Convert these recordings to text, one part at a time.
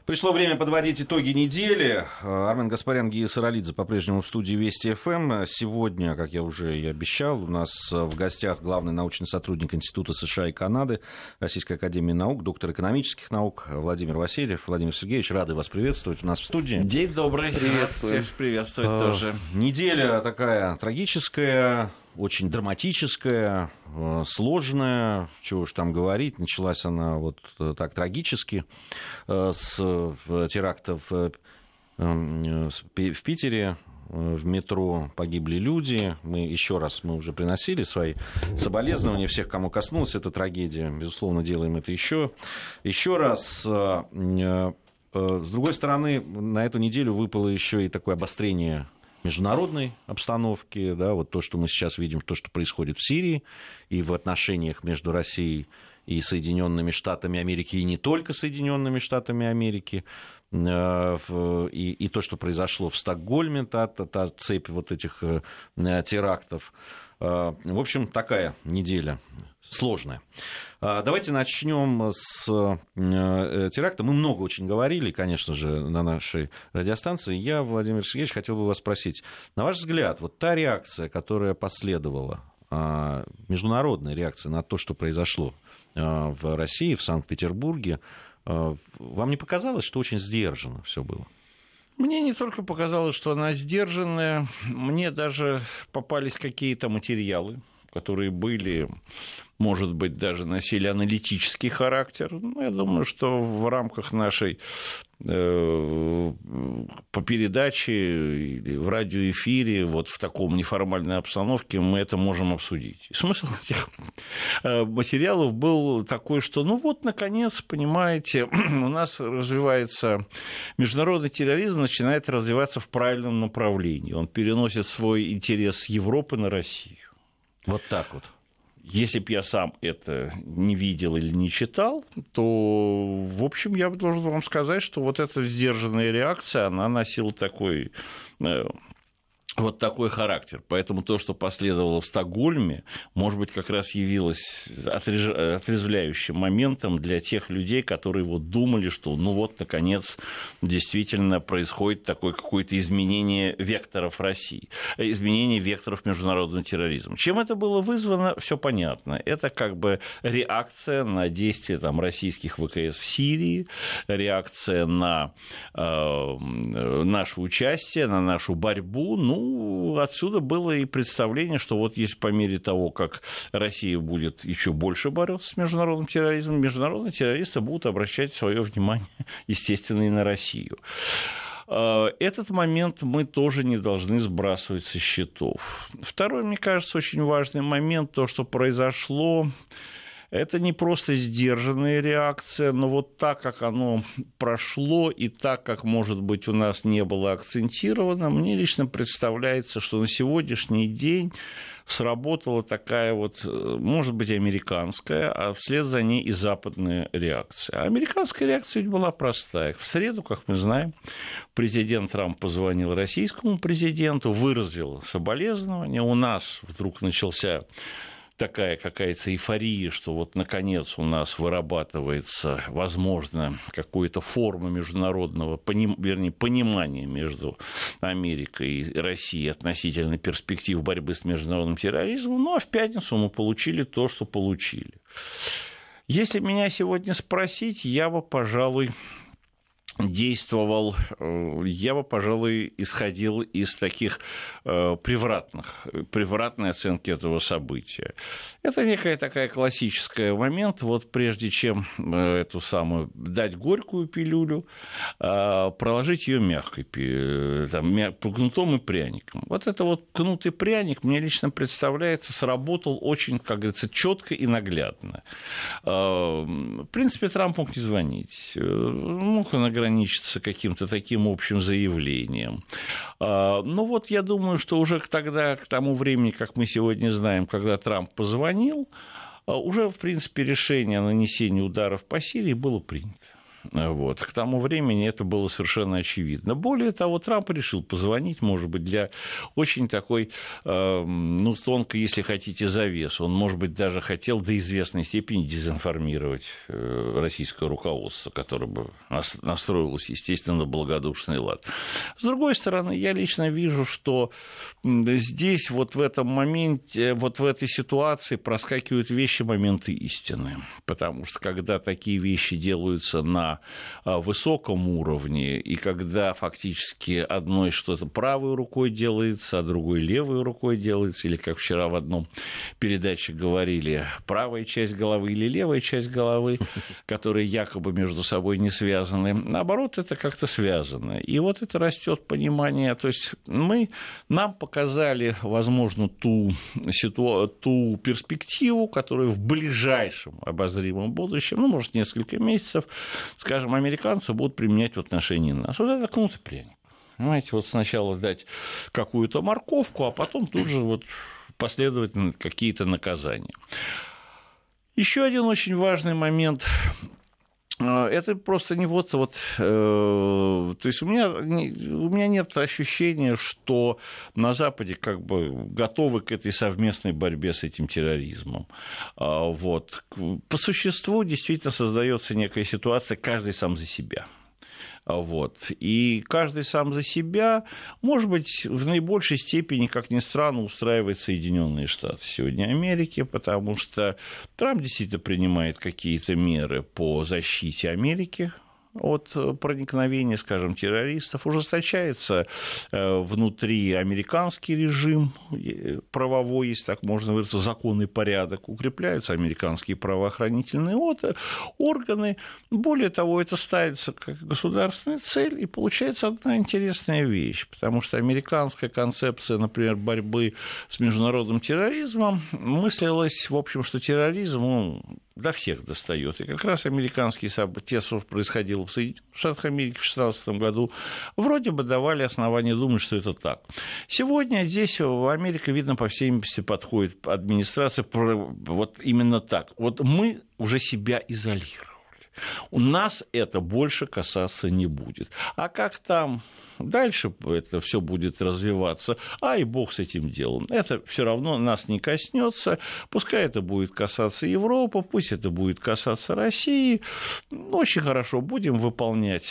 Пришло время подводить итоги недели. Армен Гаспарян, Гия Саралидзе по-прежнему в студии Вести ФМ. Сегодня, как я уже и обещал, у нас в гостях главный научный сотрудник Института США и Канады Российской академии наук, доктор экономических наук Владимир Васильев. Владимир Сергеевич, рады вас приветствовать у нас в студии. День добрый. Приветствую. Всех приветствовать тоже. Неделя такая трагическая, очень драматическая, сложная, чего уж там говорить. Началась она вот так трагически с терактов в Питере. В метро погибли люди. Мы уже приносили свои соболезнования всех, кому коснулась эта трагедия. Безусловно, делаем это еще раз. С другой стороны, на эту неделю выпало еще и такое обострение международной обстановки, да, вот то, что мы сейчас видим, то, что происходит в Сирии, и в отношениях между Россией и Соединенными Штатами Америки, и не только Соединенными Штатами Америки, и то, что произошло в Стокгольме, та цепь вот этих терактов. В общем, такая неделя сложная. Давайте начнем с теракта. Мы много очень говорили, конечно же, на нашей радиостанции. Я, Владимир Сергеевич, хотел бы вас спросить, на ваш взгляд, вот та реакция, которая последовала, международная реакция на то, что произошло в России, в Санкт-Петербурге, вам не показалось, что очень сдержанно все было? Мне не только показалось, что она сдержанная, мне даже попались какие-то материалы, которые были, может быть, даже носили аналитический характер. Я думаю, что в рамках нашей по передаче или в радиоэфире, вот в таком неформальной обстановке мы это можем обсудить. И смысл этих материалов был такой, что, наконец, понимаете, у нас развивается международный терроризм, начинает развиваться в правильном направлении. Он переносит свой интерес с Европы на Россию. Вот так вот. Если бы я сам это не видел или не читал, то, в общем, я должен вам сказать, что вот эта сдержанная реакция, она носила такой характер. Поэтому то, что последовало в Стокгольме, может быть, как раз явилось отрезвляющим моментом для тех людей, которые думали, что, наконец, действительно происходит такое какое-то изменение векторов России, изменение векторов международного терроризма. Чем это было вызвано, все понятно. Это как бы реакция на действия российских ВКС в Сирии, реакция на наше участие, на нашу борьбу. Отсюда было и представление, что если по мере того, как Россия будет еще больше бороться с международным терроризмом, международные террористы будут обращать свое внимание, естественно, и на Россию. Этот момент мы тоже не должны сбрасывать со счетов. Второй, мне кажется, очень важный момент, то, что произошло. Это не просто сдержанная реакция, но так, как оно прошло, и так, как, может быть, у нас не было акцентировано, мне лично представляется, что на сегодняшний день сработала такая может быть, американская, а вслед за ней и западная реакция. А американская реакция ведь была простая. В среду, как мы знаем, президент Трамп позвонил российскому президенту, выразил соболезнования. У нас вдруг начался такая какая-то эйфория, что наконец у нас вырабатывается, возможно, какая-то форма международного понимания между Америкой и Россией относительно перспектив борьбы с международным терроризмом. А в пятницу мы получили то, что получили. Если меня сегодня спросить, я бы, пожалуй, исходил из таких превратной оценки этого события. Это некая такая классическая момент, прежде чем эту самую дать горькую пилюлю, проложить ее мягкой, кнутом и пряником. Это кнут и пряник, мне лично представляется, сработал очень, как говорится, четко и наглядно. В принципе, Трамп мог не звонить, мог он ограничиться каким-то таким общим заявлением. Но я думаю, что уже тогда, к тому времени, как мы сегодня знаем, когда Трамп позвонил, уже, в принципе, решение о нанесении ударов по Сирии было принято. Вот. К тому времени это было совершенно очевидно. Более того, Трамп решил позвонить, может быть, для очень такой, ну, тонкой, если хотите, завесы. Он, может быть, даже хотел до известной степени дезинформировать российское руководство, которое бы настроилось, естественно, на благодушный лад. С другой стороны, я лично вижу, что здесь, вот в этом моменте, вот в этой ситуации проскакивают вещи, моменты истины. Потому что, когда такие вещи делаются на высоком уровне, и когда фактически одной что-то правой рукой делается, а другой левой рукой делается, или, как вчера в одном передаче говорили, правая часть головы или левая часть головы, которые якобы между собой не связаны, наоборот, это как-то связано. И вот это растет понимание, то есть нам показали, возможно, ту перспективу, которую в ближайшем обозримом будущем, ну, может, несколько месяцев, скажем, американцы будут применять в отношении нас. Вот это кнут и пряник. Понимаете, вот сначала дать какую-то морковку, а потом тут же вот последовательно какие-то наказания. Еще один очень важный момент. Это просто не вот... То есть у меня нет ощущения, что на Западе как бы готовы к этой совместной борьбе с этим терроризмом. Вот. По существу действительно создается некая ситуация, каждый сам за себя. Вот. И каждый сам за себя, может быть, в наибольшей степени, как ни странно, устраивает Соединенные Штаты сегодня Америки, потому что Трамп действительно принимает какие-то меры по защите Америки от проникновения, скажем, террористов, ужесточается внутри американский режим правовой, если так можно выразиться, законный порядок, укрепляются американские правоохранительные органы. Более того, это ставится как государственная цель, и получается одна интересная вещь, потому что американская концепция, например, борьбы с международным терроризмом мыслилась, в общем, что терроризм, до всех достает. И как раз американские события, что происходило в Соединенных Штатах Америки в 2016 году, вроде бы давали основания думать, что это так. Сегодня здесь в Америке, видно, по всей видимости, подходит администрация вот именно так. Вот мы уже себя изолировали. У нас это больше касаться не будет. А как там дальше это все будет развиваться, и бог с этим делом. Это все равно нас не коснется. Пускай это будет касаться Европы, пусть это будет касаться России. Очень хорошо, будем выполнять,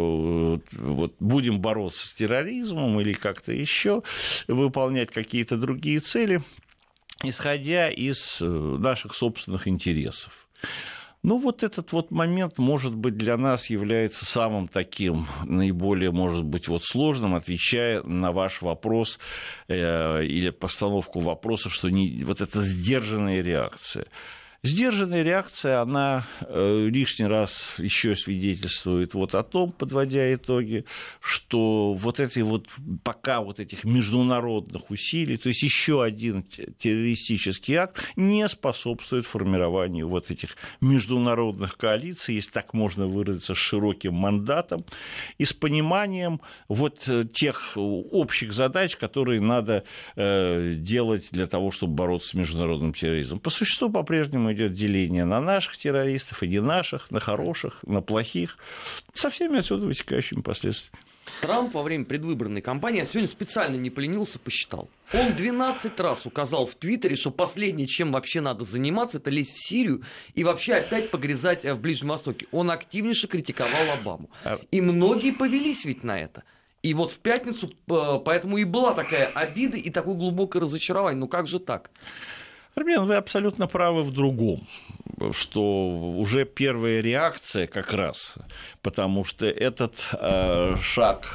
будем бороться с терроризмом или как-то еще, выполнять какие-то другие цели, исходя из наших собственных интересов. Ну, вот этот вот момент, может быть, для нас является самым таким, наиболее, может быть, вот сложным, отвечая на ваш вопрос или постановку вопроса, что вот эта сдержанная реакция. Сдержанная реакция, она лишний раз еще свидетельствует вот о том, подводя итоги, что вот эти вот пока вот этих международных усилий, то есть еще один террористический акт не способствует формированию вот этих международных коалиций, если так можно выразиться, с широким мандатом и с пониманием вот тех общих задач, которые надо делать для того, чтобы бороться с международным терроризмом. По существу по-прежнему идет деление на наших террористов и не наших, на хороших, на плохих, со всеми отсюда вытекающими последствиями. Трамп во время предвыборной кампании, я сегодня специально не поленился, посчитал. Он 12 раз указал в Твиттере, что последнее, чем вообще надо заниматься, это лезть в Сирию и вообще опять погрязать в Ближнем Востоке. Он активнейше критиковал Обаму. И многие повелись ведь на это. И вот в пятницу поэтому и была такая обида и такое глубокое разочарование. Ну как же так? Армен, вы абсолютно правы в другом, что уже первая реакция как раз, потому что этот шаг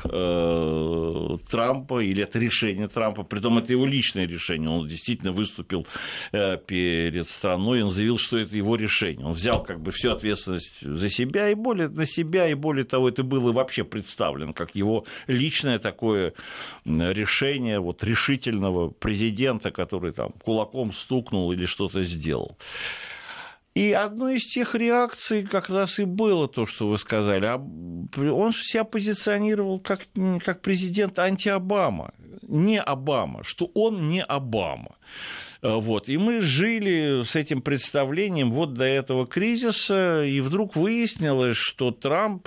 Трампа или это решение Трампа, притом это его личное решение, он действительно выступил перед страной, он заявил, что это его решение, он взял как бы всю ответственность за себя и более того, это было вообще представлено как его личное такое решение вот решительного президента, который там кулаком стукнул или что-то сделал. И одной из тех реакций как раз и было то, что вы сказали. Он себя позиционировал как президент анти-Обама, не Обама, что он не Обама. Вот. И мы жили с этим представлением вот до этого кризиса, и вдруг выяснилось, что Трамп...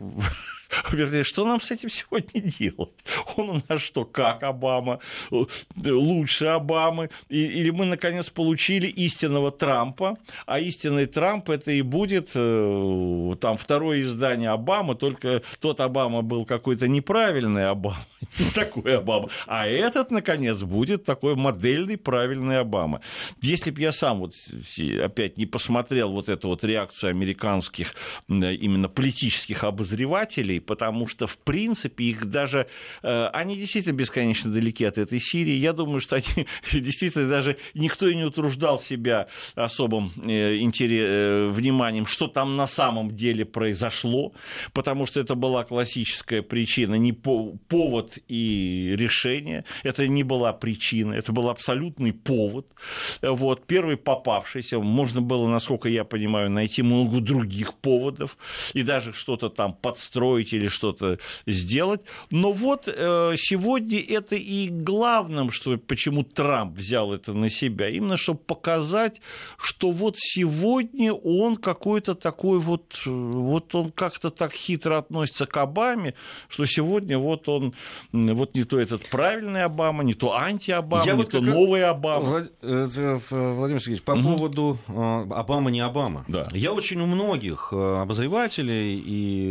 Вернее, что нам с этим сегодня делать? Он у нас что, как Обама, лучше Обамы? Или мы, наконец, получили истинного Трампа, а истинный Трамп это и будет там второе издание Обамы, только тот Обама был какой-то неправильный Обама, не такой Обама, а этот, наконец, будет такой модельный правильный Обама. Если бы я сам вот опять не посмотрел вот эту вот реакцию американских именно политических обозревателей, потому что, в принципе, их даже... Они действительно бесконечно далеки от этой Сирии. Я думаю, что они действительно даже... Никто и не утруждал себя особым вниманием, что там на самом деле произошло, потому что это была классическая причина, не повод и решение. Это не была причина, это был абсолютный повод. Вот. Первый попавшийся. Можно было, насколько я понимаю, найти много других поводов и даже что-то там подстроить или что-то сделать. Но вот сегодня это и главным, что, почему Трамп взял это на себя, именно чтобы показать, что вот сегодня он какой-то такой вот он как-то так хитро относится к Обаме, что сегодня вот он, вот не то этот правильный Обама, не то анти-Обама, не то новый Обама. Владимир Сергеевич, по поводу Обама не Обама. Да. Я очень у многих обозревателей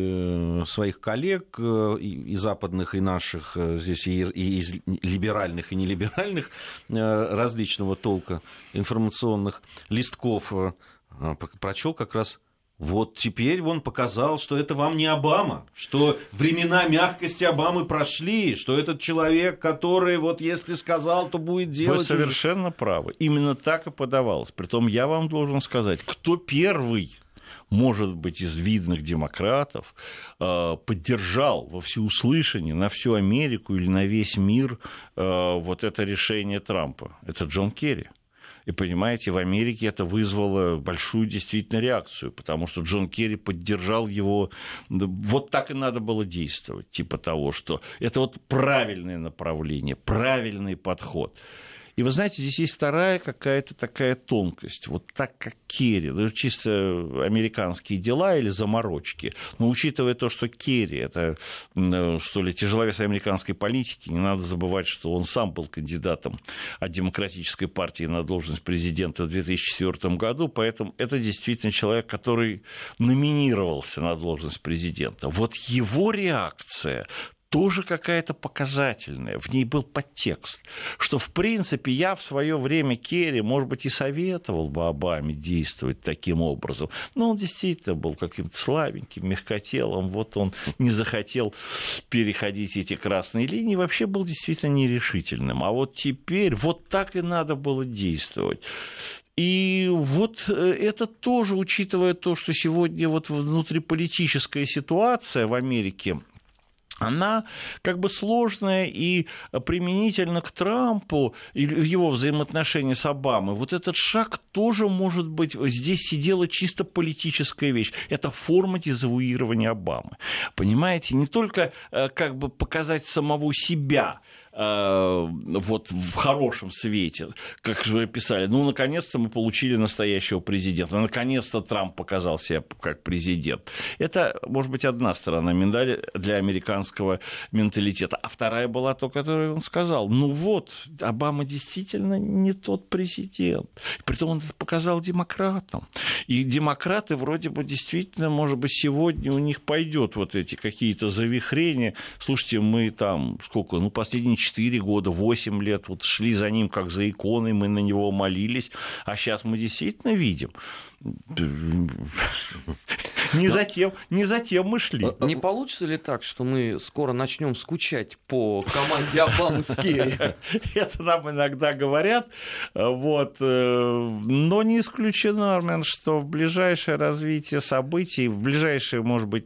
и своих коллег, и западных, и наших, здесь и из либеральных, и нелиберальных различного толка информационных листков прочел как раз: вот теперь он показал, что это вам не Обама, что времена мягкости Обамы прошли, что этот человек, который вот если сказал, то будет делать... Вы совершенно правы. Именно так и подавалось. Притом я вам должен сказать, кто первый, может быть, из видных демократов, поддержал во всеуслышание на всю Америку или на весь мир вот это решение Трампа. Это Джон Керри. И, понимаете, в Америке это вызвало большую действительно реакцию, потому что Джон Керри поддержал его. Вот так и надо было действовать, типа того, что это вот правильное направление, правильный подход. И вы знаете, здесь есть вторая какая-то такая тонкость. Вот так как Керри, чисто американские дела или заморочки, но учитывая то, что Керри – это, что ли, тяжеловес американской политики, не надо забывать, что он сам был кандидатом от Демократической партии на должность президента в 2004 году, поэтому это действительно человек, который номинировался на должность президента. Вот его реакция тоже какая-то показательная, в ней был подтекст, что, в принципе, я в свое время Керри, может быть, и советовал бы Обаме действовать таким образом, но он действительно был каким-то слабеньким, мягкотелым, вот он не захотел переходить эти красные линии, вообще был действительно нерешительным, а вот теперь вот так и надо было действовать. И вот это тоже, учитывая то, что сегодня вот внутриполитическая ситуация в Америке, она как бы сложная, и применительно к Трампу и его взаимоотношения с Обамой, вот этот шаг тоже может быть, здесь сидела чисто политическая вещь. Это форма дезавуирования Обамы. Понимаете, не только как бы показать самого себя, вот в хорошем свете, как же вы писали, ну, наконец-то мы получили настоящего президента, наконец-то Трамп показал себя как президент. Это, может быть, одна сторона медали для американского менталитета, а вторая была то, которую он сказал. Ну вот, Обама действительно не тот президент. Притом он это показал демократам. И демократы вроде бы действительно, может быть, сегодня у них пойдет вот эти какие-то завихрения. Слушайте, мы там, сколько, ну, последние 4 года, 8 лет вот шли за ним как за иконой, мы на него молились, а сейчас мы действительно видим. Не затем мы шли. Не получится ли так, что мы скоро начнем скучать по команде Обамы с Керри? Это нам иногда говорят, вот. Но не исключено, Армен, что в ближайшее развитие событий, в ближайшее, может быть,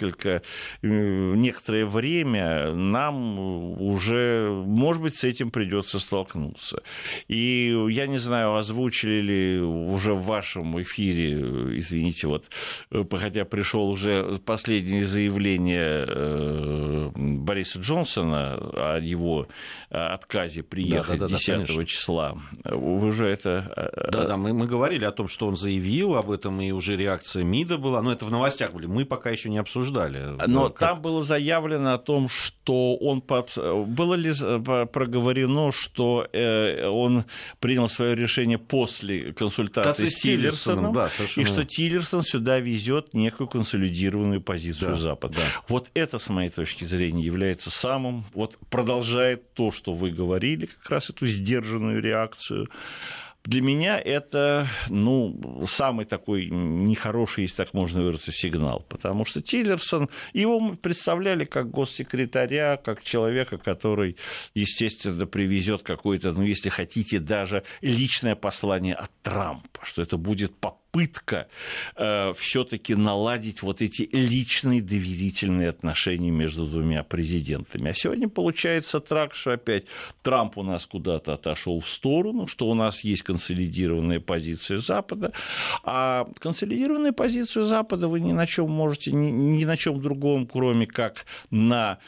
некоторое время нам уже, может быть, с этим придется столкнуться. И я не знаю, озвучили ли уже в вашем эфире, извините, вот, хотя пришло уже последнее заявление Бориса Джонсона о его отказе приехать 10 числа. Вы уже это... Да, мы говорили о том, что он заявил об этом, и уже реакция МИДа была, но это в новостях были, мы пока еще не обсуждали. Но там было заявлено о том, что он... Было ли проговорено, что он принял свое решение после консультации с Тиллерсоном, да, и что Тиллерсон сюда везет некую консолидированную позицию Запада. Да. Вот это, с моей точки зрения, является самым... Вот продолжает то, что вы говорили, как раз эту сдержанную реакцию. Для меня это, самый такой нехороший, если так можно выразиться, сигнал. Потому что Тиллерсон, его мы представляли как госсекретаря, как человека, который, естественно, привезет какое-то, если хотите, даже личное послание от Трампа, что это будет попытка все-таки наладить вот эти личные доверительные отношения между двумя президентами. А сегодня получается так, что опять Трамп у нас куда-то отошел в сторону, что у нас есть консолидированная позиция Запада, а консолидированную позицию Запада вы ни на чем можете, ни на чем другом, кроме как на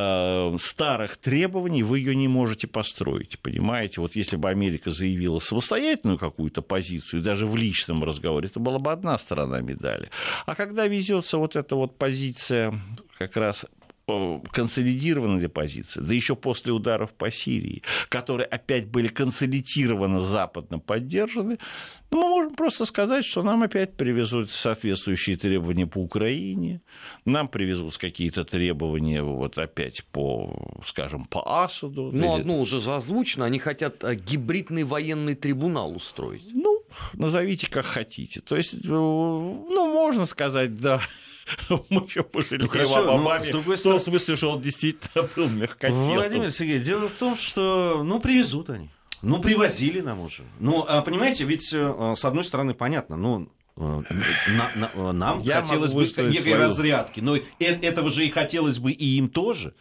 старых требований, вы ее не можете построить, понимаете? Вот если бы Америка заявила самостоятельную какую-то позицию, даже в личном разговоре, это была бы одна сторона медали. А когда везется вот эта вот позиция, как раз консолидированная позиция, да еще после ударов по Сирии, которые опять были консолидированно западно поддержаны, мы можем просто сказать, что нам опять привезут соответствующие требования по Украине, нам привезут какие-то требования вот опять по, скажем, по Асаду. Одно уже озвучено, они хотят гибридный военный трибунал устроить. Назовите как хотите. То есть, можно сказать, да. Мы еще пожалели об Обаме, в том смысле, что он действительно был мягкотелым. Владимир Сергеевич, дело в том, что, привезут они. Привозили нам уже. Понимаете, ведь, с одной стороны, понятно, нам хотелось бы некой разрядки, но этого же и хотелось бы и им тоже.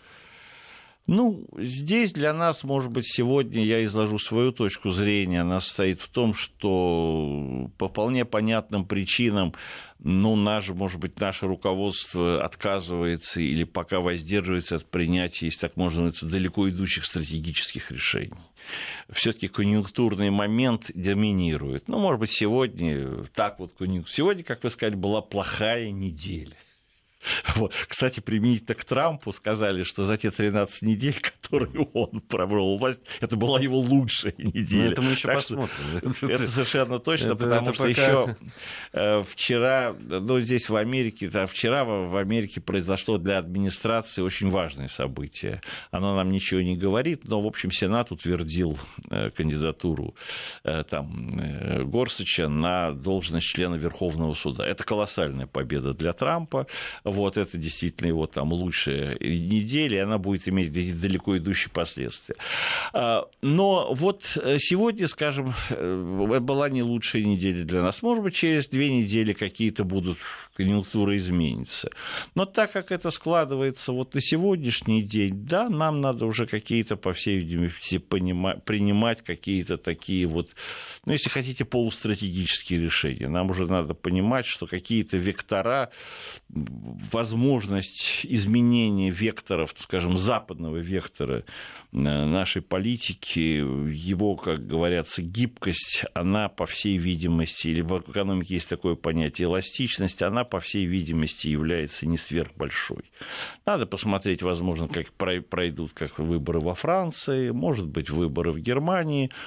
Здесь для нас, может быть, сегодня я изложу свою точку зрения. Она состоит в том, что по вполне понятным причинам, наше руководство отказывается или пока воздерживается от принятия, если так можно говорить, далеко идущих стратегических решений. Все-таки конъюнктурный момент доминирует. Может быть, сегодня сегодня, как вы сказали, была плохая неделя. Кстати, применительно к Трампу сказали, что за те 13 недель, которые он провел власть, это была его лучшая неделя. Это мы еще посмотрим. Это совершенно точно, потому что еще вчера, здесь в Америке, вчера в Америке произошло для администрации очень важное событие. Оно нам ничего не говорит, но, в общем, Сенат утвердил кандидатуру Горсуча на должность члена Верховного суда. Это колоссальная победа для Трампа. Это действительно его лучшая неделя, и она будет иметь далеко идущие последствия. Но сегодня, скажем, была не лучшая неделя для нас. Может быть, через 2 недели какие-то будут, конъюнктура изменится. Но так как это складывается на сегодняшний день, да, нам надо уже какие-то, по всей видимости, принимать какие-то такие если хотите, полустратегические решения. Нам уже надо понимать, что какие-то вектора, возможность изменения векторов, скажем, западного вектора нашей политики, его, как говорится, гибкость, она, по всей видимости, или в экономике есть такое понятие эластичность, она, по всей видимости, является не сверхбольшой. Надо посмотреть, возможно, как пройдут выборы во Франции, может быть, выборы в Германии.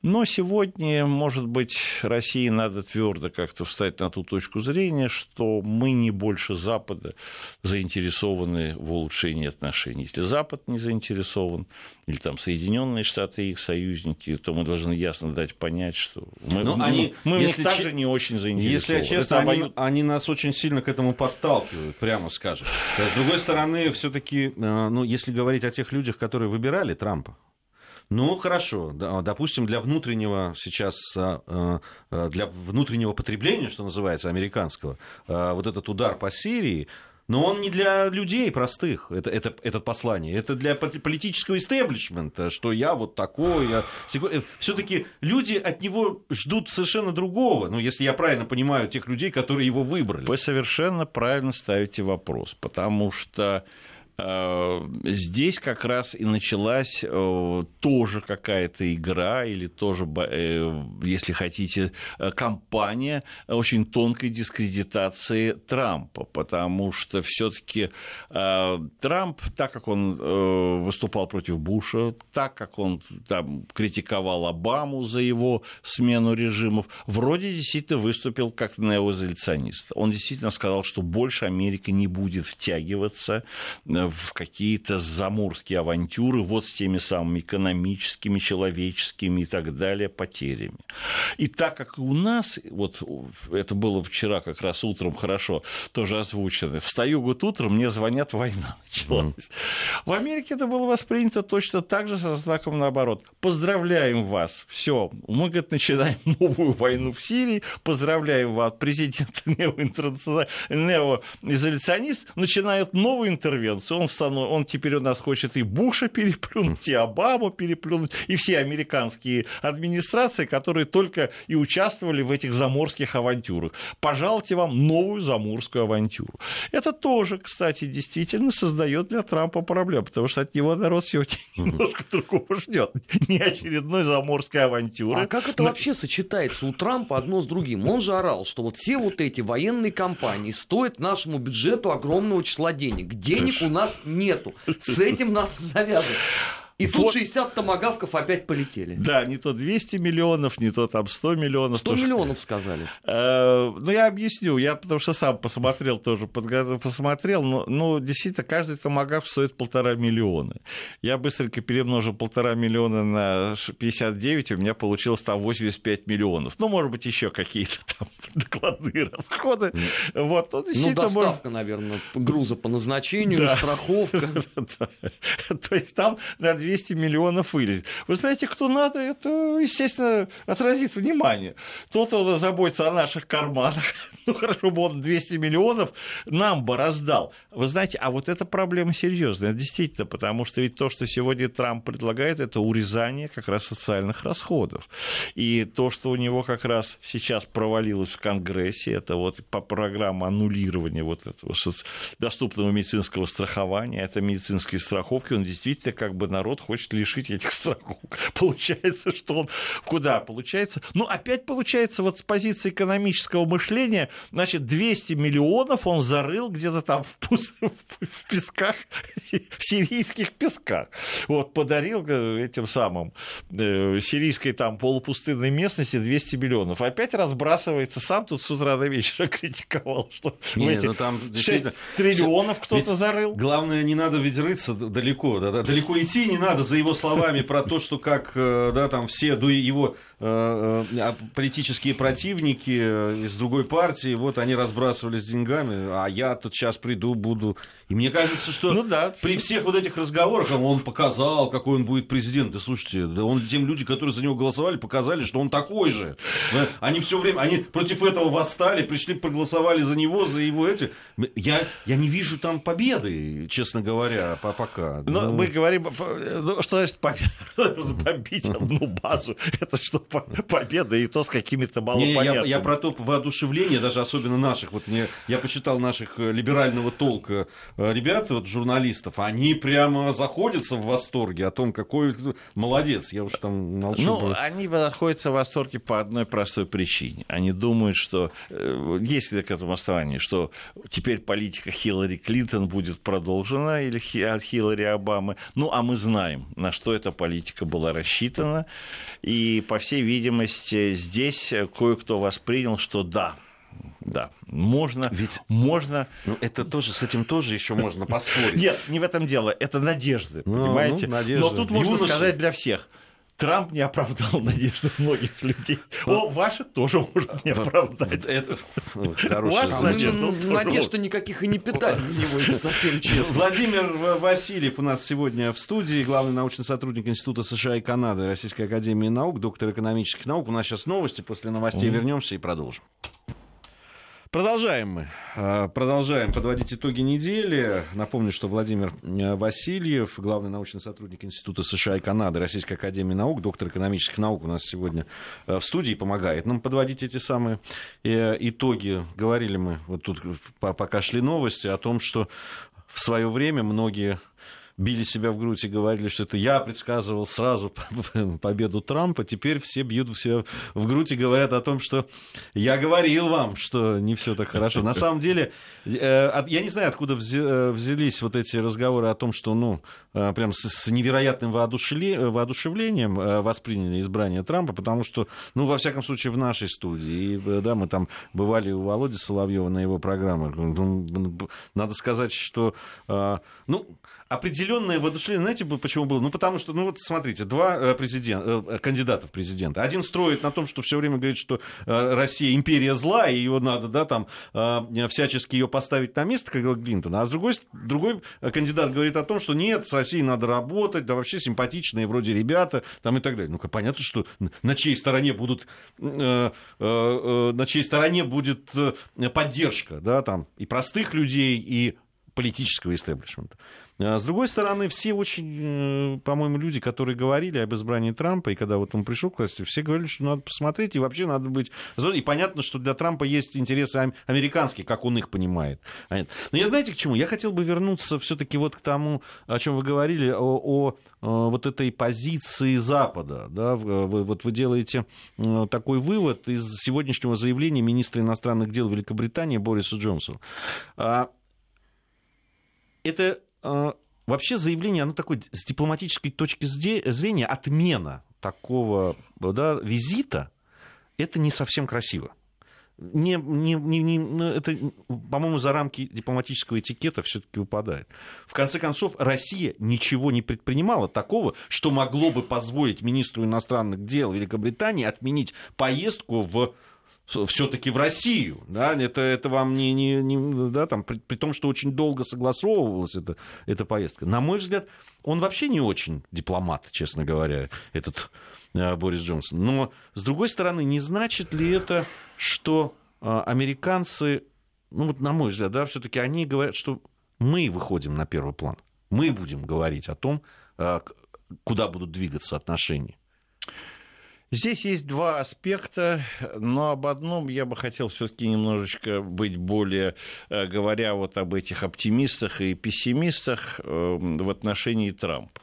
Но сегодня, может быть, России надо твердо как-то встать на ту точку зрения, что мы не больше Запада заинтересованы в улучшении отношений. Если Запад не заинтересован, или там Соединенные Штаты и их союзники, то мы должны ясно дать понять, что мы также не очень заинтересованы. Если честно, они нас очень сильно к этому подталкивают, прямо скажем. С другой стороны, все-таки, если говорить о тех людях, которые выбирали Трампа, ну, хорошо, допустим, для внутреннего сейчас, для внутреннего потребления, что называется, американского, вот этот удар по Сирии, но он не для людей простых, это послание, это для политического истеблишмента, что я вот такой, все-таки люди от него ждут совершенно другого, ну, если я правильно понимаю тех людей, которые его выбрали. Вы совершенно правильно ставите вопрос, потому что здесь как раз и началась тоже какая-то игра или тоже, если хотите, кампания очень тонкой дискредитации Трампа, потому что все-таки Трамп, так как он выступал против Буша, так как он там критиковал Обаму за его смену режимов, вроде действительно выступил как неоизоляционист. Он действительно сказал, что больше Америка не будет втягиваться в какие-то заморские авантюры вот с теми самыми экономическими, человеческими и так далее потерями. И так как у нас, вот это было вчера как раз утром хорошо тоже озвучено, встаю вот утром, мне звонят, война началась. В Америке это было воспринято точно так же, со знаком наоборот. Поздравляем вас, все, мы, говорит, начинаем новую войну в Сирии, поздравляем вас, президент неоизоляционист начинает новую интервенцию, он теперь у нас хочет и Буша переплюнуть, и Обаму переплюнуть, и все американские администрации, которые только и участвовали в этих заморских авантюрах. Пожалуйте вам новую заморскую авантюру. Это тоже, кстати, действительно создает для Трампа проблему, потому что от него народ сегодня немножко другого ждет. Не очередной заморской авантюры. А как это вообще сочетается у Трампа одно с другим? Он же орал, что вот все вот эти военные кампании стоят нашему бюджету огромного числа денег. Денег у нас нету. С этим надо завязывать. И тут 60 томагавков опять полетели. Да, не то 200 миллионов, не то там 100 миллионов. 100 миллионов сказали. Ну, я объясню. Я потому что сам посмотрел тоже, посмотрел. Но действительно, каждый томагавк стоит 1,5 миллиона. Я быстренько перемножил 1,5 миллиона на 59, у меня получилось там 85 миллионов. Ну, может быть, еще какие-то там докладные расходы. Вот. Доставка, наверное, груза по назначению, страховка. То есть там на 200 миллионов вылезет. Вы знаете, кто надо, это, естественно, отразит внимание. Тот, кто заботится о наших карманах, ну, хорошо бы он 200 миллионов нам бы раздал. Вы знаете, а вот эта проблема серьезная, действительно, потому что ведь то, что сегодня Трамп предлагает, это урезание как раз социальных расходов. И то, что у него как раз сейчас провалилось в Конгрессе, это вот программа аннулирования вот этого доступного медицинского страхования, это медицинские страховки, он действительно как бы народ хочет лишить этих страховок. Получается, что он куда? Получается, опять получается вот с позиции экономического мышления, значит, 200 миллионов он зарыл где-то там в песках, в сирийских песках. Вот, подарил этим самым сирийской там полупустынной местности 200 миллионов. Опять разбрасывается, сам тут с утра до вечера критиковал, что там 6 триллионов кто-то зарыл. Главное, не надо ведь рыться далеко, далеко идти не надо за его словами про то, что как там все его политические противники из другой партии, вот они разбрасывались деньгами, а я тут сейчас приду, буду. И мне кажется, что при всех вот этих разговорах он показал, какой он будет президент. Да слушайте, тем люди, которые за него голосовали, показали, что он такой же. Они все время, они против этого восстали, пришли, проголосовали за него, за его эти. Я не вижу там победы, честно говоря, пока. Но мы говорим, что значит побить одну базу, это что, победа, и то с какими-то малопонятными. Я про то воодушевление, даже особенно наших, вот я почитал наших либерального толка ребят, вот, журналистов, они прямо заходятся в восторге о том, какой молодец, я уж там молчу. Они находятся в восторге по одной простой причине. Они думают, что есть к этому основанию, что теперь политика Хиллари Клинтон будет продолжена или от Хиллари Обамы. А мы знаем, знаем, на что эта политика была рассчитана. И, по всей видимости, здесь кое-кто воспринял, что да, можно... Ну, это тоже, с этим тоже еще можно поспорить. Нет, не в этом дело, это надежды, понимаете? Но тут можно сказать для всех. Трамп не оправдал надежды многих людей. Ваши тоже можно не оправдать. Это хорошая надежды никаких и не питали в него, если совсем честно. Владимир Васильев у нас сегодня в студии, главный научный сотрудник Института США и Канады Российской академии наук, доктор экономических наук. У нас сейчас новости, после новостей вернемся и продолжим. Продолжаем подводить итоги недели. Напомню, что Владимир Васильев, главный научный сотрудник Института США и Канады Российской академии наук, доктор экономических наук, у нас сегодня в студии, помогает нам подводить эти самые итоги. Говорили мы, вот тут пока шли новости, о том, что в свое время многие били себя в грудь и говорили, что это я предсказывал сразу победу Трампа. Теперь все бьют себя в грудь и говорят о том, что я говорил вам, что не все так хорошо. На самом деле, я не знаю, откуда взялись вот эти разговоры о том, что, прям с невероятным воодушевлением восприняли избрание Трампа, потому что, во всяком случае, в нашей студии, и, да, мы там бывали у Володи Соловьева на его программах, надо сказать, что, определенное воодушевление, знаете, почему было? Потому что, вот смотрите, два кандидата в президенты. Один строит на том, что все время говорит, что Россия империя зла, и ее надо, да, там, всячески ее поставить на место, как говорил Клинтон. А другой кандидат говорит о том, что нет, с Россией надо работать, да вообще симпатичные вроде ребята, там и так далее. Понятно, что на чьей стороне будет поддержка, да, там, и простых людей, и политического истеблишмента. С другой стороны, все очень, по-моему, люди, которые говорили об избрании Трампа, и когда вот он пришел к власти, все говорили, что надо посмотреть, и вообще надо быть... И понятно, что для Трампа есть интересы американские, как он их понимает. Но я знаете, к чему? Я хотел бы вернуться все-таки вот к тому, о чем вы говорили, о вот этой позиции Запада. Да? Вот вы делаете такой вывод из сегодняшнего заявления министра иностранных дел Великобритании Бориса Джонсона. Это вообще заявление, оно такое, с дипломатической точки зрения, отмена такого, да, визита, это не совсем красиво. Это, по-моему, за рамки дипломатического этикета все-таки выпадает. В конце концов, Россия ничего не предпринимала такого, что могло бы позволить министру иностранных дел Великобритании отменить поездку все-таки в Россию, да, это вам не да, там, при том, что очень долго согласовывалась эта поездка. На мой взгляд, он вообще не очень дипломат, честно говоря, этот Борис Джонсон. Но, с другой стороны, не значит ли это, что американцы, на мой взгляд, да, все-таки они говорят, что мы выходим на первый план, мы будем говорить о том, куда будут двигаться отношения. Здесь есть два аспекта, но об одном я бы хотел все-таки немножечко быть более, говоря вот об этих оптимистах и пессимистах в отношении Трампа.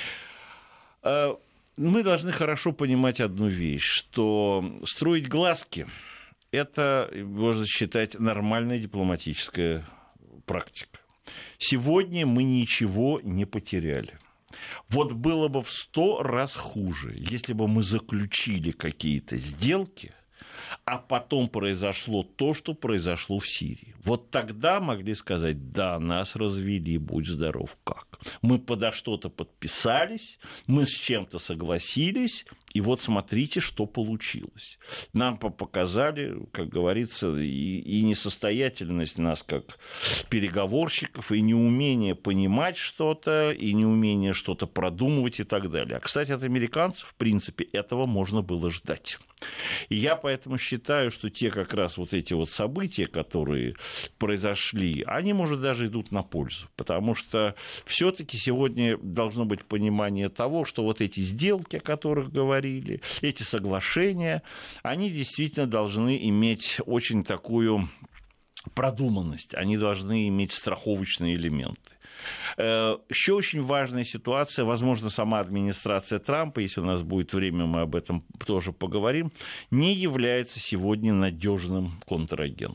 Мы должны хорошо понимать одну вещь, что строить глазки – это, можно считать, нормальная дипломатическая практика. Сегодня мы ничего не потеряли. Вот было бы в 100 раз хуже, если бы мы заключили какие-то сделки, а потом произошло то, что произошло в Сирии. Вот тогда могли сказать, да, нас развели, будь здоров, как. Мы подо что-то подписались, мы с чем-то согласились, и вот смотрите, что получилось. Нам показали, как говорится, и несостоятельность нас как переговорщиков, и неумение понимать что-то, и неумение что-то продумывать и так далее. А, кстати, от американцев, в принципе, этого можно было ждать. И я поэтому считаю, что те как раз вот эти вот события, которые произошли, они, может, даже идут на пользу. Потому что все-таки сегодня должно быть понимание того, что вот эти сделки, о которых говорили, эти соглашения, они действительно должны иметь очень такую продуманность, они должны иметь страховочные элементы. Еще очень важная ситуация, возможно, сама администрация Трампа, если у нас будет время, мы об этом тоже поговорим, не является сегодня надежным контрагентом.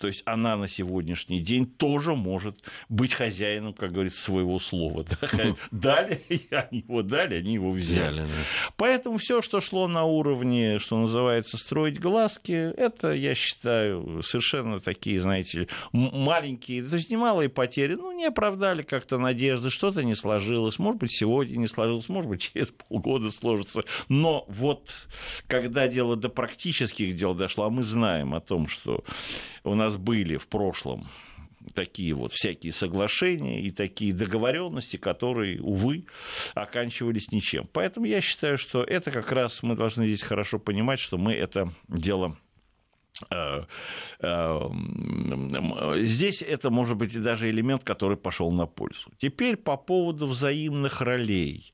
То есть она на сегодняшний день тоже может быть хозяином, как говорится, своего слова. Дали, они его взяли. Поэтому все, что шло на уровне, что называется, строить глазки, это, я считаю, совершенно такие, знаете, маленькие, то есть немалые потери, не оправдали как-то надежды, что-то не сложилось, может быть, сегодня не сложилось, может быть, через полгода сложится. Но вот когда дело до практических дел дошло, а мы знаем о том, что у нас были в прошлом такие вот всякие соглашения и такие договоренности, которые, увы, оканчивались ничем. Поэтому я считаю, что это как раз мы должны здесь хорошо понимать, что мы это дело... Здесь это может быть даже элемент, который пошел на пользу. Теперь по поводу взаимных ролей.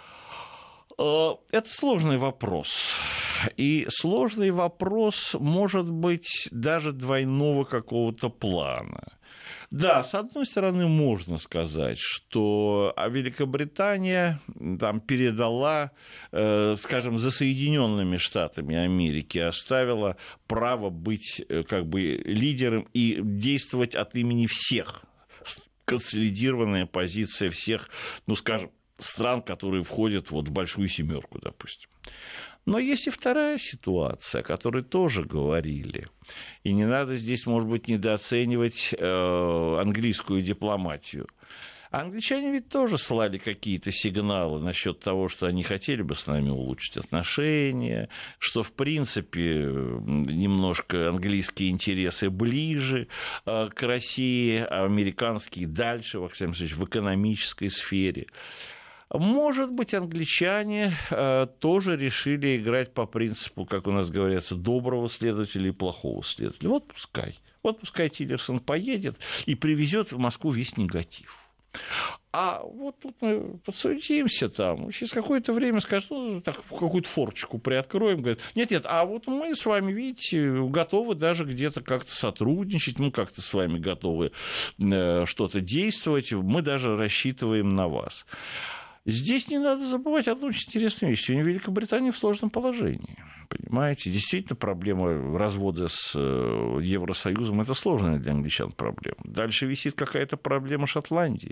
Это сложный вопрос. И сложный вопрос может быть даже двойного какого-то плана. Да, с одной стороны, можно сказать, что Великобритания там передала, скажем, за Соединенными Штатами Америки, оставила право быть как бы лидером и действовать от имени всех. Консолидированная позиция всех, скажем, стран, которые входят вот в большую семерку, допустим. Но есть и вторая ситуация, о которой тоже говорили. И не надо здесь, может быть, недооценивать английскую дипломатию. Англичане ведь тоже слали какие-то сигналы насчет того, что они хотели бы с нами улучшить отношения, что, в принципе, немножко английские интересы ближе к России, а американские дальше, во всяком случае, в экономической сфере. Может быть, англичане тоже решили играть по принципу, как у нас говорится, доброго следователя и плохого следователя. Вот пускай Тиллерсон поедет и привезет в Москву весь негатив. А вот тут мы подсудимся там, через какое-то время скажут, так, какую-то форчику приоткроем, говорят, нет, а вот мы с вами, видите, готовы даже где-то как-то сотрудничать, мы как-то с вами готовы что-то действовать, мы даже рассчитываем на вас. Здесь не надо забывать одну очень интересную вещь. Сегодня Великобритания в сложном положении. Понимаете, действительно, проблема развода с Евросоюзом – это сложная для англичан проблема. Дальше висит какая-то проблема Шотландии.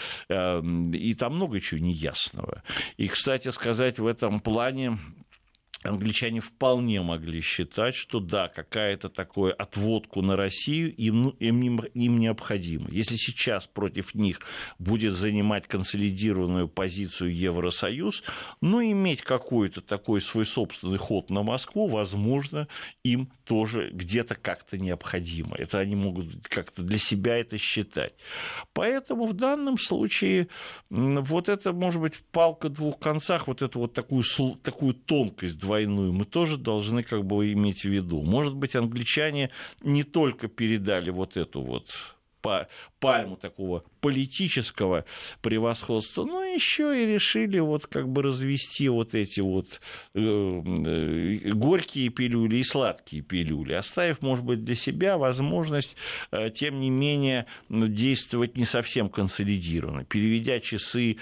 И там много чего неясного. И, кстати сказать, в этом плане англичане вполне могли считать, что да, какая-то такая отводку на Россию им необходима. Если сейчас против них будет занимать консолидированную позицию Евросоюз, иметь какой-то такой свой собственный ход на Москву, возможно, им тоже где-то как-то необходимо. Это они могут как-то для себя это считать. Поэтому в данном случае вот это, может быть, палка в двух концах, вот эту вот такую тонкость двойную мы тоже должны как бы иметь в виду. Может быть, англичане не только передали вот эту вот пальму такого политического превосходства, но еще и решили вот как бы развести вот эти вот горькие пилюли и сладкие пилюли, оставив, может быть, для себя возможность, тем не менее, действовать не совсем консолидированно, переведя часы,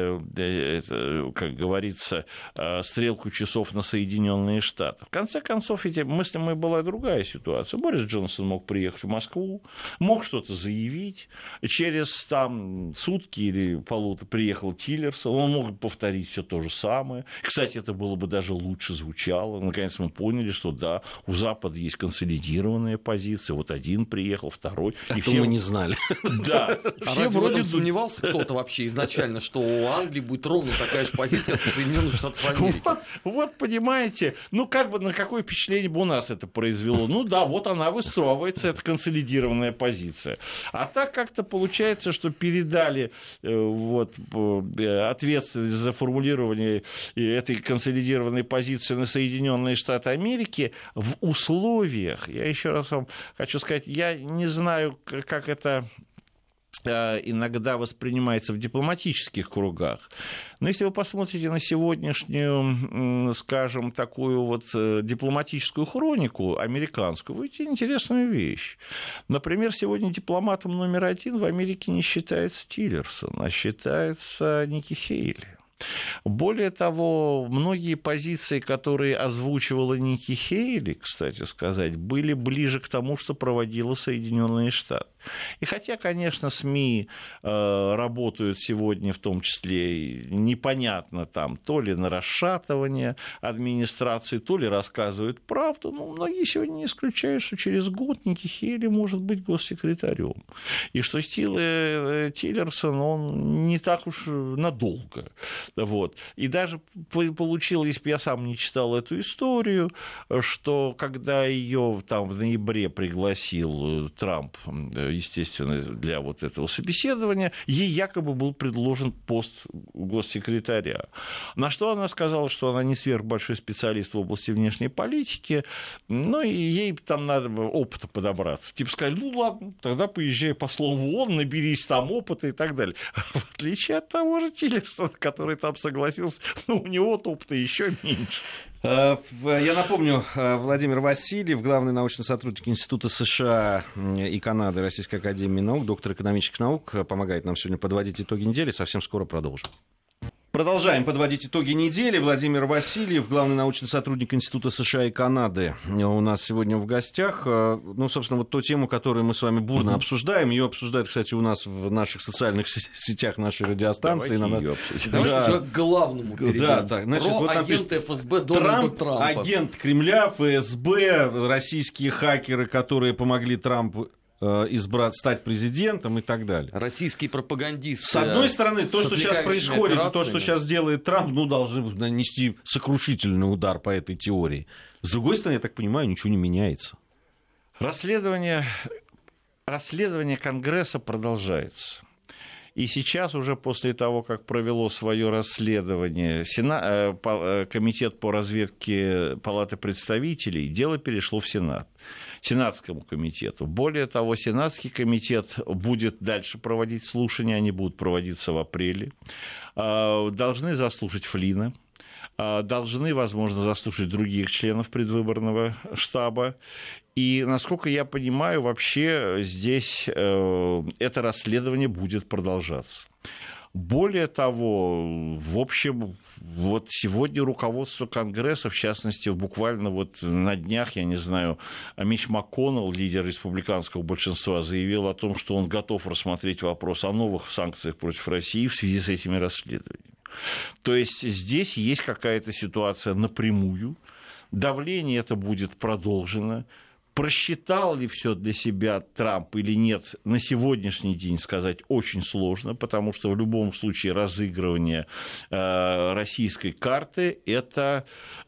как говорится, стрелку часов на Соединенные Штаты. В конце концов, эти мыслимой была другая ситуация. Борис Джонсон мог приехать в Москву, мог что-то заявить, через там сутки или полутора приехал Тиллерсон, он мог повторить все то же самое. Кстати, это было бы даже лучше звучало. Наконец мы поняли, что да, у Запада есть консолидированная позиция. Вот один приехал, второй. И все мы не знали. Да. Все вроде сомневался кто-то вообще изначально, что у Англии будет ровно такая же позиция, как у Соединенных Штатов Америки. Вот понимаете, как бы на какое впечатление бы у нас это произвело? Да, вот она выстраивается, это консолидированная позиция. А так как-то получается, что передали ответственность за формулирование этой консолидированной позиции на Соединенные Штаты Америки в условиях, я еще раз вам хочу сказать, я не знаю, как это иногда воспринимается в дипломатических кругах. Но если вы посмотрите на сегодняшнюю, скажем, такую вот дипломатическую хронику американскую, вы увидите интересную вещь. Например, сегодня дипломатом номер один в Америке не считается Тиллерсон, а считается Ники Хейли. Более того, многие позиции, которые озвучивала Ники Хейли, кстати сказать, были ближе к тому, что проводила Соединенные Штаты. И хотя, конечно, СМИ работают сегодня в том числе непонятно там, то ли на расшатывание администрации, то ли рассказывают правду, но многие сегодня не исключают, что через год Ники Хейли может быть госсекретарем. И что Тиллерсон, он не так уж надолго. Вот. И даже получилось, если бы я сам не читал эту историю, что когда ее там в ноябре пригласил Трамп, естественно, для вот этого собеседования, ей якобы был предложен пост госсекретаря. На что она сказала, что она не сверхбольшой специалист в области внешней политики, но и ей там надо опыта подобраться. Типа сказали, ну ладно, тогда поезжай послом в ООН, наберись там опыта и так далее. В отличие от того же Тиллерсона, который там согласился, у него опыта еще меньше. Я напомню, Владимир Васильев, главный научный сотрудник Института США и Канады Российской академии наук, доктор экономических наук, помогает нам сегодня подводить итоги недели. Совсем скоро продолжим. Продолжаем подводить итоги недели. Владимир Васильев, главный научный сотрудник Института США и Канады, у нас сегодня в гостях. Ну, собственно, вот ту тему, которую мы с вами бурно обсуждаем. Ее обсуждают, кстати, у нас в наших социальных сетях нашей радиостанции. Давайте уже к главному перейдем. Да. Значит, про вот агента ФСБ Дональда Трампа. Агент Кремля, ФСБ, российские хакеры, которые помогли Трампу стать президентом и так далее. Российские пропагандисты. С одной стороны, то, что сейчас происходит, то, что сейчас делает Трамп, должны нанести сокрушительный удар по этой теории. С другой стороны, я так понимаю, ничего не меняется. Расследование Конгресса продолжается. И сейчас уже после того, как провело свое расследование Комитет по разведке Палаты представителей, дело перешло в Сенат. Сенатскому комитету. Более того, Сенатский комитет будет дальше проводить слушания, они будут проводиться в апреле. Должны заслушать Флина, должны, возможно, заслушать других членов предвыборного штаба. И, насколько я понимаю, вообще здесь это расследование будет продолжаться. Более того, в общем, вот сегодня руководство Конгресса, в частности, буквально вот на днях, я не знаю, Митч МакКоннелл, лидер республиканского большинства, заявил о том, что он готов рассмотреть вопрос о новых санкциях против России в связи с этими расследованиями. То есть здесь есть какая-то ситуация напрямую, давление это будет продолжено. Просчитал ли все для себя Трамп или нет, на сегодняшний день сказать очень сложно, потому что в любом случае разыгрывание российской карты – это,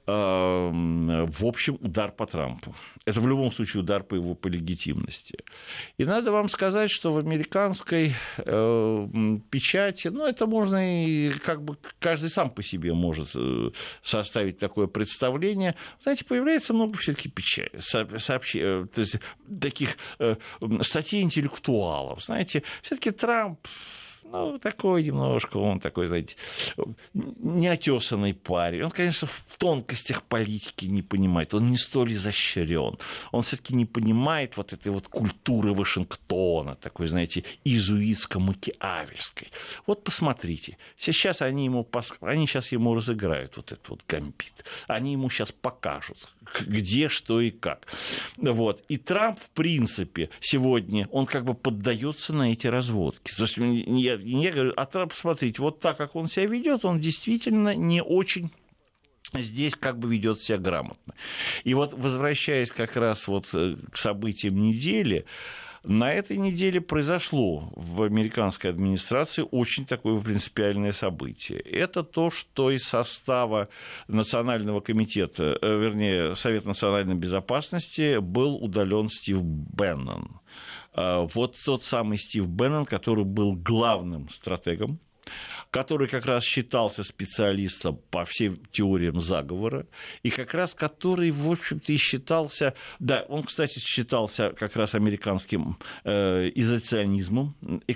в общем, удар по Трампу. Это в любом случае удар по его легитимности. И надо вам сказать, что в американской печати, это можно и как бы каждый сам по себе может составить такое представление. Знаете, появляется много все-таки сообщений, то есть таких статей интеллектуалов. Знаете, все-таки Трамп, такой немножко, он такой, знаете, неотесанный парень. Он, конечно, в тонкостях политики не понимает, он не столь изощрен. Он все-таки не понимает вот этой вот культуры Вашингтона, такой, знаете, изуитско-макиавельской. Вот посмотрите, сейчас они сейчас ему разыграют вот этот вот гамбит. Они ему сейчас покажут, где, что и как. Вот. И Трамп, в принципе, сегодня, он как бы поддается на эти разводки. То есть я говорю, Трамп, смотрите, вот так, как он себя ведет, он действительно не очень здесь как бы ведет себя грамотно. И вот, возвращаясь как раз вот к событиям недели, на этой неделе произошло в американской администрации очень такое принципиальное событие. Это то, что из состава Национального комитета, Совета национальной безопасности был удален Стив Беннон. Вот тот самый Стив Беннон, который был главным стратегом, который как раз считался специалистом по всем теориям заговора, и как раз который, в общем-то, и считался... Да, он, кстати, считался как раз американским изоляционизмом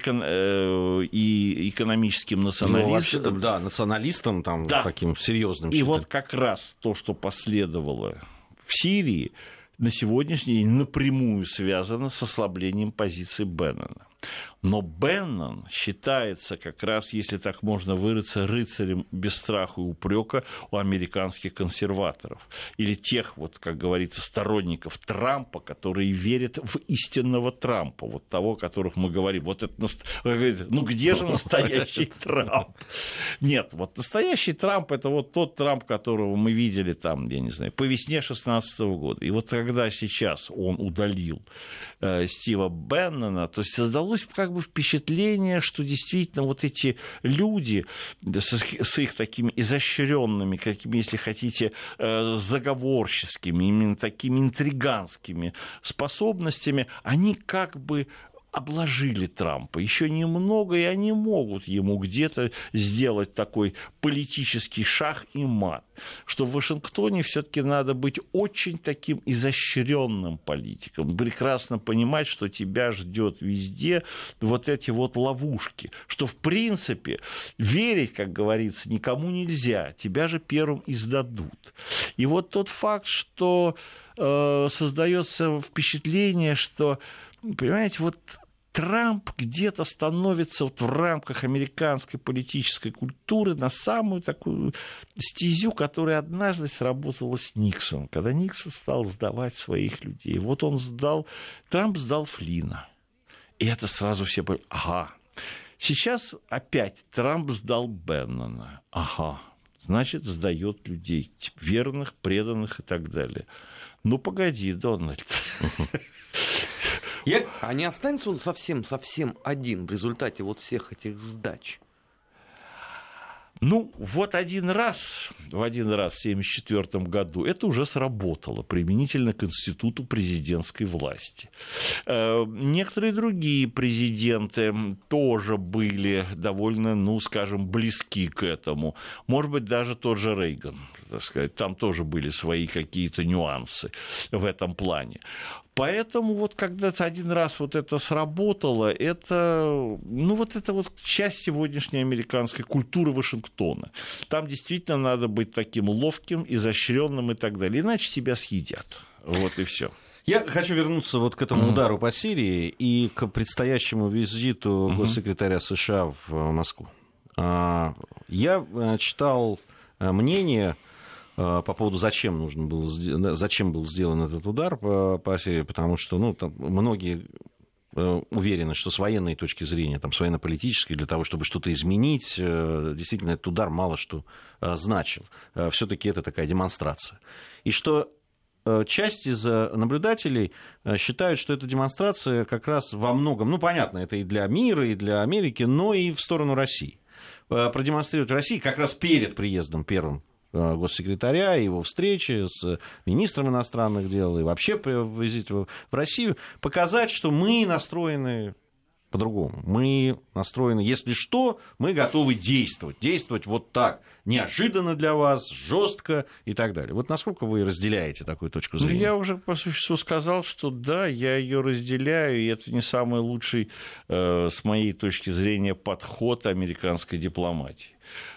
и экономическим националистом. Да, националистом там, да. Таким серьезным. И вот как раз то, что последовало в Сирии, на сегодняшний день напрямую связано с ослаблением позиции Беннона. Но Беннон считается как раз, если так можно выразиться, рыцарем без страха и упрека у американских консерваторов. Или тех, вот, как говорится, сторонников Трампа, которые верят в истинного Трампа, вот того, о которых мы говорим. Вот это, ну где же настоящий Трамп? Нет, вот настоящий Трамп — это вот тот Трамп, которого мы видели там, я не знаю, по весне 2016 года. И вот когда сейчас он удалил Стива Беннона, то создалось как бы впечатление, что действительно вот эти люди с их такими изощренными, какими, если хотите, заговорческими, именно такими интриганскими способностями, они как бы обложили Трампа. Еще немного, и они могут ему где-то сделать такой политический шах и мат, что в Вашингтоне все-таки надо быть очень таким изощренным политиком, прекрасно понимать, что тебя ждет везде вот эти вот ловушки, что в принципе верить, как говорится, никому нельзя, тебя же первым издадут. И вот тот факт, что создается впечатление, что, понимаете, вот Трамп где-то становится вот в рамках американской политической культуры на самую такую стезю, которая однажды сработала с Никсоном, когда Никсон стал сдавать своих людей. Вот он сдал, Трамп сдал Флина. И это сразу все поняли, ага. Сейчас опять Трамп сдал Беннона. Ага. Значит, сдает людей, верных, преданных и так далее. Ну, погоди, Дональд. А не останется он совсем один в результате вот всех этих сдач? Ну, вот в один раз в 1974 году это уже сработало применительно к институту президентской власти. Некоторые другие президенты тоже были довольно, ну, скажем, близки к этому. Может быть, даже тот же Рейган, так сказать, там тоже были свои какие-то нюансы в этом плане. Поэтому вот когда один раз вот это сработало, это, ну, вот это вот часть сегодняшней американской культуры Вашингтона. Там действительно надо быть таким ловким, изощренным и так далее, иначе тебя съедят. Вот и все. Я хочу вернуться вот к этому удару по Сирии и к предстоящему визиту госсекретаря США в Москву. Я читал мнение по поводу, зачем был сделан этот удар по Сирии, потому что, ну, там многие уверены, что с военной точки зрения, там, с военно-политической, для того, чтобы что-то изменить, действительно, этот удар мало что значил. Все-таки это такая демонстрация. И что часть из наблюдателей считают, что эта демонстрация как раз во многом, ну, понятно, это и для мира, и для Америки, но и в сторону России. Продемонстрировать России как раз перед приездом первым госсекретаря, его встречи с министром иностранных дел и вообще визит в Россию, показать, что мы настроены по-другому. Мы настроены, если что, мы готовы действовать. Действовать вот так, неожиданно для вас, жестко и так далее. Вот насколько вы разделяете такую точку зрения? Я уже по существу сказал, что да, я ее разделяю, и это не самый лучший, с моей точки зрения, подход американской дипломатии.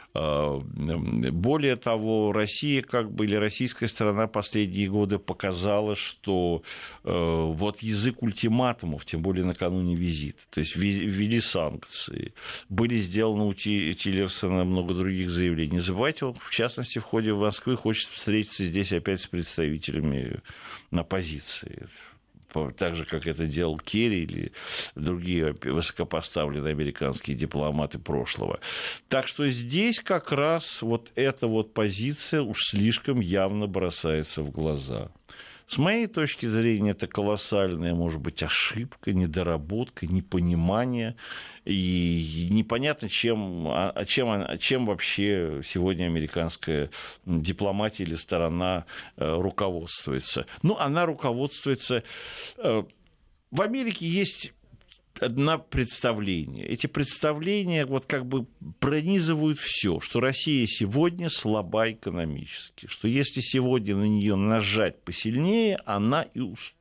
Более того, Россия, как бы, или российская сторона последние годы показала, что вот язык ультиматумов, тем более накануне визита, то есть ввели санкции, были сделаны у Тиллерсона много других заявлений. Не забывайте, он, в частности, в ходе Москвы хочет встретиться здесь опять с представителями оппозиции. Так же, как это делал Керри или другие высокопоставленные американские дипломаты прошлого. Так что здесь как раз вот эта вот позиция уж слишком явно бросается в глаза. С моей точки зрения, это колоссальная, может быть, ошибка, недоработка, непонимание. И непонятно, чем вообще сегодня американская дипломатия или сторона руководствуется. Ну, она руководствуется... В Америке есть одно представление. Эти представления вот как бы пронизывают все, что Россия сегодня слаба экономически, что если сегодня на нее нажать посильнее, она и уступит.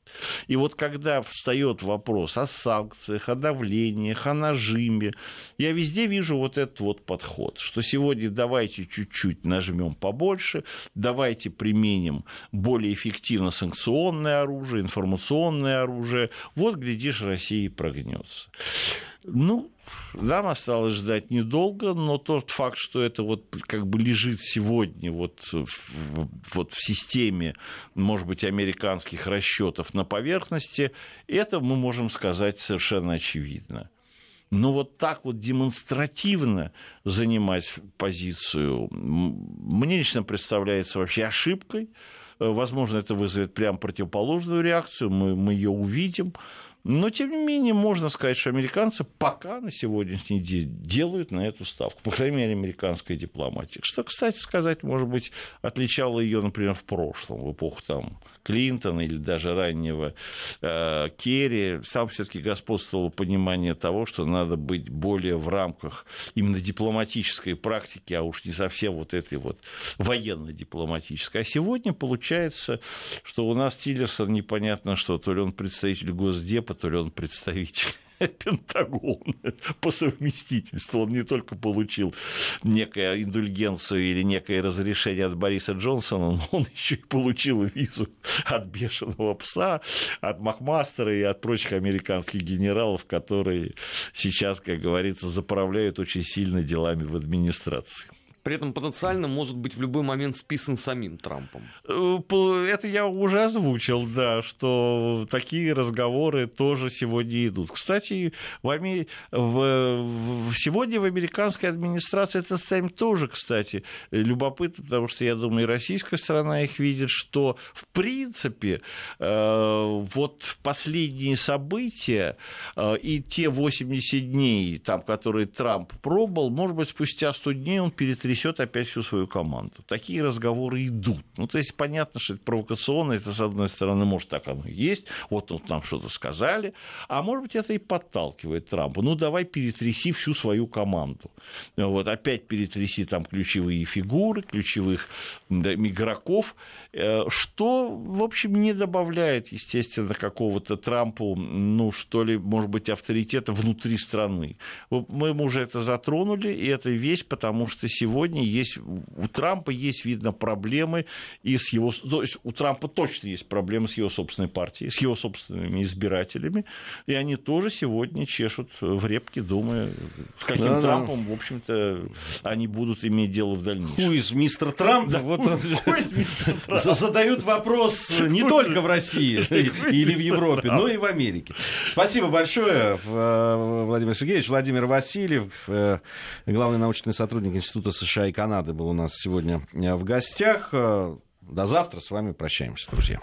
И вот когда встает вопрос о санкциях, о давлениях, о нажиме, я везде вижу вот этот вот подход, что сегодня давайте чуть-чуть нажмем побольше, давайте применим более эффективно санкционное оружие, информационное оружие. Вот, глядишь, Россия и прогнется. Ну, нам осталось ждать недолго, но тот факт, что это вот как бы лежит сегодня вот в системе, может быть, американских расчетов на поверхности, это мы можем сказать совершенно очевидно. Но вот так вот демонстративно занимать позицию мне лично представляется вообще ошибкой. Возможно, это вызовет прям противоположную реакцию, мы ее увидим. Но, тем не менее, можно сказать, что американцы пока на сегодняшний день делают на эту ставку, по крайней мере, американская дипломатия. Что, кстати сказать, может быть, отличало ее, например, в прошлом, в эпоху там, Клинтона или даже раннего Керри. Там все-таки господствовало понимание того, что надо быть более в рамках именно дипломатической практики, а уж не совсем вот этой вот военно-дипломатической. А сегодня получается, что у нас Тиллерсон непонятно что, то ли он представитель Госдепа, то ли он представитель Пентагона по совместительству. Он не только получил некую индульгенцию или некое разрешение от Бориса Джонсона, но он еще и получил визу от бешеного пса, от Макмастера и от прочих американских генералов, которые сейчас, как говорится, заправляют очень сильно делами в администрации. При этом потенциально может быть в любой момент списан самим Трампом. Это я уже озвучил, да, что такие разговоры тоже сегодня идут. Кстати, сегодня в американской администрации это самим тоже, кстати, любопытно, потому что, я думаю, и российская сторона их видит, что, в принципе, вот последние события и те 80 дней, там, которые Трамп пробовал, может быть, спустя 100 дней он перетрясет опять всю свою команду. Такие разговоры идут. Ну, то есть, понятно, что это провокационно, это, с одной стороны, может, так оно и есть, вот нам что-то сказали, а может быть, это и подталкивает Трампа. Ну, давай перетряси всю свою команду. Вот, опять перетряси там ключевые фигуры, ключевых игроков, что, в общем, не добавляет, естественно, какого-то Трампу, ну, что ли, может быть, авторитета внутри страны. Мы уже это затронули, и это вещь, потому что сегодня у Трампа есть, видно, проблемы и с его... То есть у Трампа точно есть проблемы с его собственной партией, с его собственными избирателями, и они тоже сегодня чешут в репке, думая, с каким Трампом, в общем-то, они будут иметь дело в дальнейшем. Хуиз мистер Трамп, вот задают вопрос не только в России или в Европе, но и в Америке. Спасибо большое, Владимир Сергеевич. Владимир Васильев, главный научный сотрудник Института США и Канады, был у нас сегодня в гостях. До завтра. С вами прощаемся, друзья.